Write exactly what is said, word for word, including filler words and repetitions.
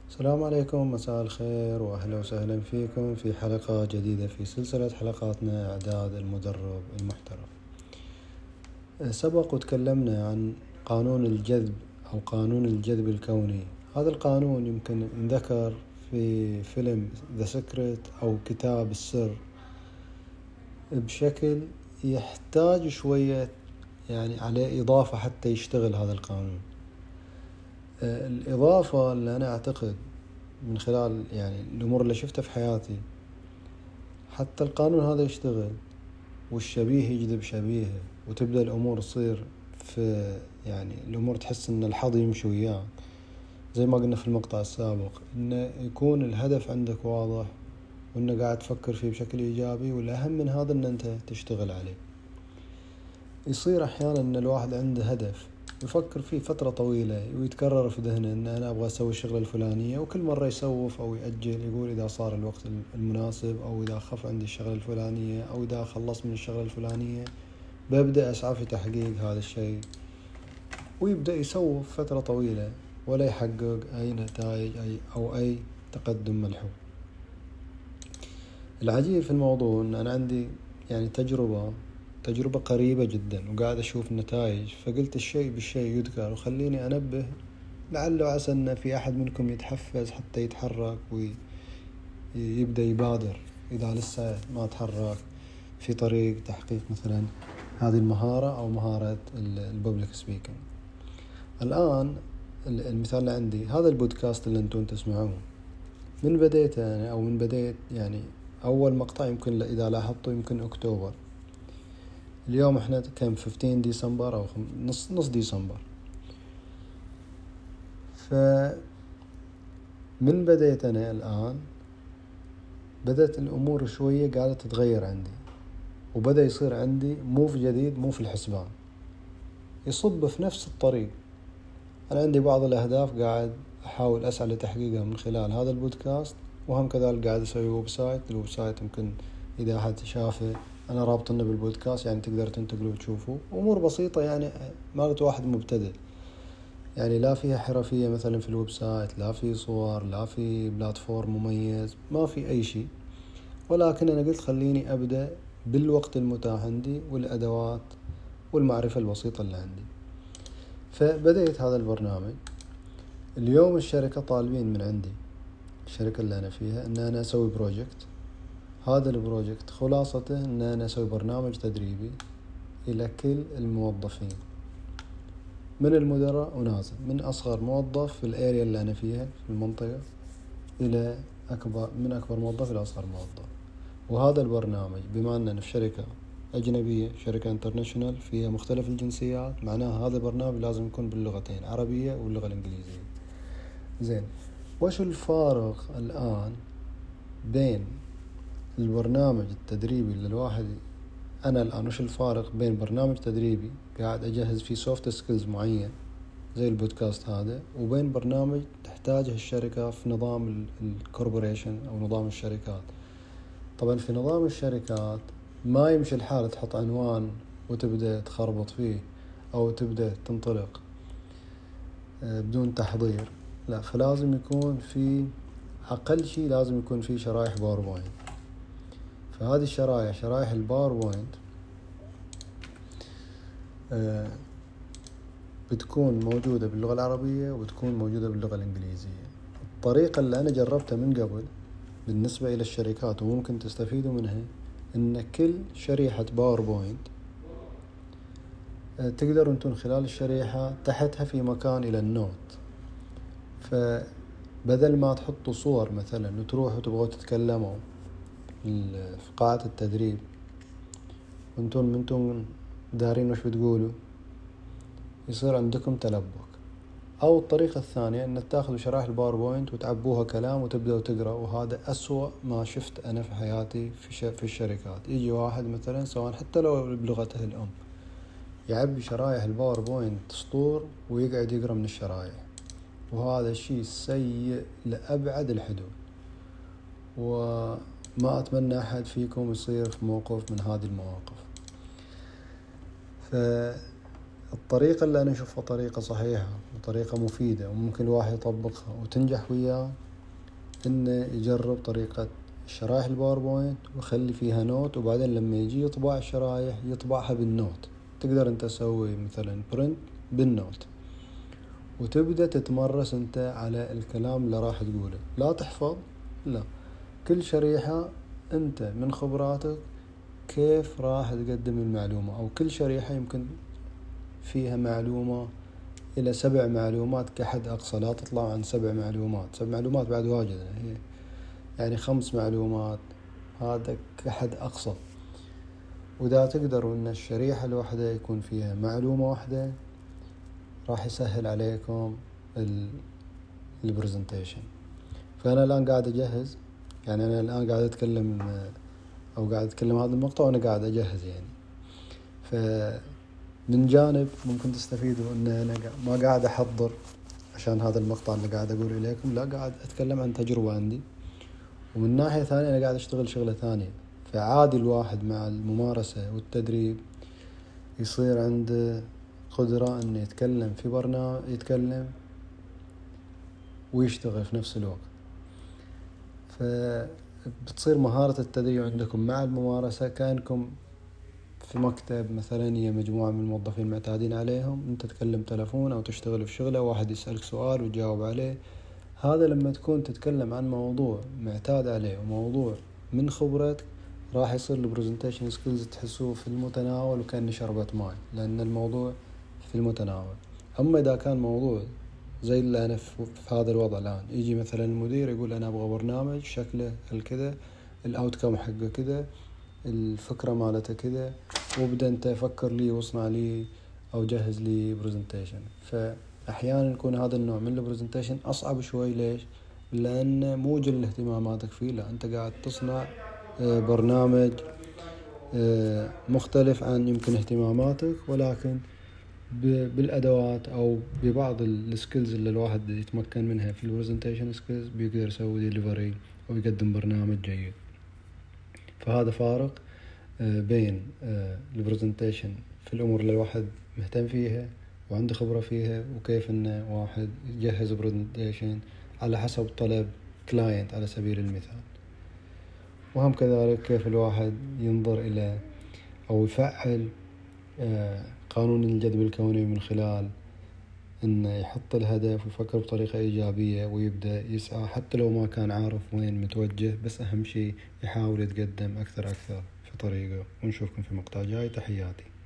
السلام عليكم، مساء الخير وأهلا وسهلا فيكم في حلقة جديدة في سلسلة حلقاتنا إعداد المدرب المحترف. سبق وتكلمنا عن قانون الجذب أو قانون الجذب الكوني. هذا القانون يمكن انذكر في فيلم The Secret أو كتاب السر بشكل يحتاج شوية يعني عليه إضافة حتى يشتغل هذا القانون. الإضافة اللي أنا أعتقد من خلال يعني الأمور اللي شفتها في حياتي حتى القانون هذا يشتغل والشبيه يجذب شبيهه، وتبدأ الأمور تصير في يعني الأمور تحس إن الحظ يمشي وياك زي ما قلنا في المقطع السابق، إنه يكون الهدف عندك واضح وإنه قاعد تفكر فيه بشكل إيجابي، والأهم من هذا إن أنت تشتغل عليه. يصير أحيانا إن الواحد عنده هدف يفكر فيه فترة طويلة ويتكرر في ذهنه إن أنا أبغى أسوي الشغلة الفلانية، وكل مرة يسوف أو يأجل، يقول إذا صار الوقت المناسب أو إذا خف عندي الشغلة الفلانية أو إذا خلصت من الشغلة الفلانية ببدأ أسعى في تحقيق هذا الشيء، ويبدأ يسوف فترة طويلة ولا يحقق أي نتائج أي أو أي تقدم ملحوظ. العجيب في الموضوع إن أنا عندي يعني تجربة تجربة قريبة جدا وقاعد أشوف النتائج، فقلت الشيء بالشيء يذكر، وخليني أنبه لعل وعسى أن في أحد منكم يتحفز حتى يتحرك ويبدأ يبادر إذا لسه ما تحرك في طريق تحقيق مثلا هذه المهارة أو مهارة الببليك سبيكينج. الآن المثال اللي عندي هذا البودكاست اللي أنتم تسمعوه، من بديته أنا أو من بديت يعني أول مقطع يمكن إذا لاحظتوا يمكن أكتوبر، اليوم احنا كم خمستاشر ديسمبر او نص نص ديسمبر. فمن بديت انا الان بدأت الامور شوية قاعدة تتغير عندي، وبدأ يصير عندي موف جديد مو في الحسبان يصب في نفس الطريق. انا عندي بعض الاهداف قاعد احاول اسعى لتحقيقها من خلال هذا البودكاست، وهم كذلك قاعد اسوي ويب سايت. الويب سايت يمكن اذا احد شافه أنا رابطنه بالبودكاست، يعني تقدر تنتقلوا وتشوفوا أمور بسيطة يعني مالت واحد مبتدئ، يعني لا فيها حرفية مثلا في الويب سايت، لا في صور، لا في بلاتفورم مميز، ما في أي شيء، ولكن أنا قلت خليني أبدأ بالوقت المتاح عندي والأدوات والمعرفة البسيطة اللي عندي. فبدأت هذا البرنامج. اليوم الشركة طالبين من عندي، الشركة اللي أنا فيها، أن أنا أسوي بروجكت. هذا البروجكت خلاصته أن أنا أسوي برنامج تدريبي إلى كل الموظفين من المدراء ونازل، من أصغر موظف في الاريا اللي أنا فيها في المنطقة إلى أكبر من أكبر موظف إلى أصغر موظف. وهذا البرنامج بما أننا في شركة أجنبية، شركة انترناشونال فيها مختلف الجنسيات، معناها هذا البرنامج لازم يكون باللغتين، عربية واللغة الإنجليزية. زين، وش الفارق الآن بين البرنامج التدريبي اللي الواحد أنا الآن وش الفارق بين برنامج تدريبي قاعد أجهز فيه سوفت سكيلز معين زي البودكاست هذا، وبين برنامج تحتاجه الشركة في نظام الكوربوريشن أو نظام الشركات؟ طبعا في نظام الشركات ما يمشي الحال تحط عنوان وتبدأ تخربط فيه أو تبدأ تنطلق بدون تحضير، لا، فلازم يكون في أقل شيء لازم يكون في شرائح باوربوينت. فهذه الشرائح شرائح الباوربوينت بتكون موجودة باللغة العربية وبتكون موجودة باللغة الإنجليزية. الطريقة اللي أنا جربتها من قبل بالنسبة إلى الشركات وممكن تستفيدوا منها، إن كل شريحة باوربوينت تقدروا أنتم خلال الشريحة تحتها في مكان إلى النوت، فبدل ما تحطوا صور مثلا وتروحوا تبغوا تتكلموا في قاعة التدريب وانتم منتم دارين وش بتقولوا، يصير عندكم تلبك. أو الطريقة الثانية أن تأخذوا شرائح الباوربوينت وتعبوها كلام وتبدأوا تقرأ، وهذا أسوأ ما شفت أنا في حياتي في, في الشركات. يجي واحد مثلا سواء حتى لو بلغته الأم يعبي شرائح الباوربوينت سطور ويقعد يقرأ من الشرائح، وهذا الشيء سيء لأبعد الحدود، وما أتمنى أحد فيكم يصير في موقف من هذه المواقف. الطريقة اللي أنا أشوفها طريقة صحيحة وطريقة مفيدة وممكن الواحد يطبقها وتنجح وياه، إنه يجرب طريقة الشرايح الباوربوينت ويخلي فيها نوت، وبعدين لما يجي يطبع الشرايح يطبعها بالنوت. تقدر أنت تسوي مثلا برنت بالنوت وتبدأ تتمرس أنت على الكلام اللي راح تقوله. لا تحفظ، لا، كل شريحة أنت من خبراتك كيف راح تقدم المعلومة، أو كل شريحة يمكن فيها معلومة إلى سبع معلومات كحد أقصى، لا تطلع عن سبع معلومات. سبع معلومات بعد واجد، هي يعني خمس معلومات، هذا كحد أقصى. وإذا تقدروا أن الشريحة الواحدة يكون فيها معلومة واحدة راح يسهل عليكم البرزنتيشن. فأنا الآن قاعد أجهز، يعني أنا الآن قاعد أتكلم أو قاعد أتكلم هذا المقطع وأنا قاعد أجهز يعني. فمن جانب ممكن تستفيدوا أن أنا ما قاعد أحضر عشان هذا المقطع اللي قاعد أقول إليكم، لا، قاعد أتكلم عن تجربة عندي، ومن ناحية ثانية أنا قاعد أشتغل شغلة ثانية. فعادي الواحد مع الممارسة والتدريب يصير عنده قدرة أن يتكلم في برنامج، يتكلم ويشتغل في نفس الوقت. فبتصير مهارة التدريب عندكم مع الممارسة كأنكم في مكتب مثلا، هي مجموعة من الموظفين معتادين عليهم، أنت تتكلم تلفون أو تشتغل في شغلة، واحد يسألك سؤال وتجاوب عليه. هذا لما تكون تتكلم عن موضوع معتاد عليه وموضوع من خبرتك، راح يصير البرزنتيشن سكيلز تحسوه في المتناول وكأنه شربة ماء، لأن الموضوع في المتناول. أما إذا كان موضوع زي اللي أنا في هذا الوضع الآن، يجي مثلا المدير يقول أنا أبغى برنامج شكله الكذا، الأوتكم حقه كذا، الفكرة مالته كذا، وبدأ أنت فكر لي واصنع لي أو جهز لي برزنتيشن. فأحيانا يكون هذا النوع من البرزنتيشن أصعب شوي. ليش؟ لأن مو جل اهتماماتك فيه، لا، أنت قاعد تصنع برنامج مختلف عن يمكن اهتماماتك، ولكن بالأدوات أو ببعض السكيلز اللي الواحد يتمكن منها في البرزنتيشن سكيلز بيقدر يسوي ديليفري أو يقدم برنامج جيد. فهذا فارق بين البرزنتيشن في الأمور اللي الواحد مهتم فيها وعنده خبرة فيها، وكيف إنه واحد يجهز برزنتيشن على حسب طلب كلاينت على سبيل المثال. وهم كذلك كيف الواحد ينظر إلى أو يفعل قانون الجذب الكوني من خلال إنه يحط الهدف ويفكر بطريقة إيجابية ويبدأ يسعى حتى لو ما كان عارف وين متوجه، بس أهم شيء يحاول يتقدم أكثر أكثر في طريقه. ونشوفكم في مقطع جاي. تحياتي.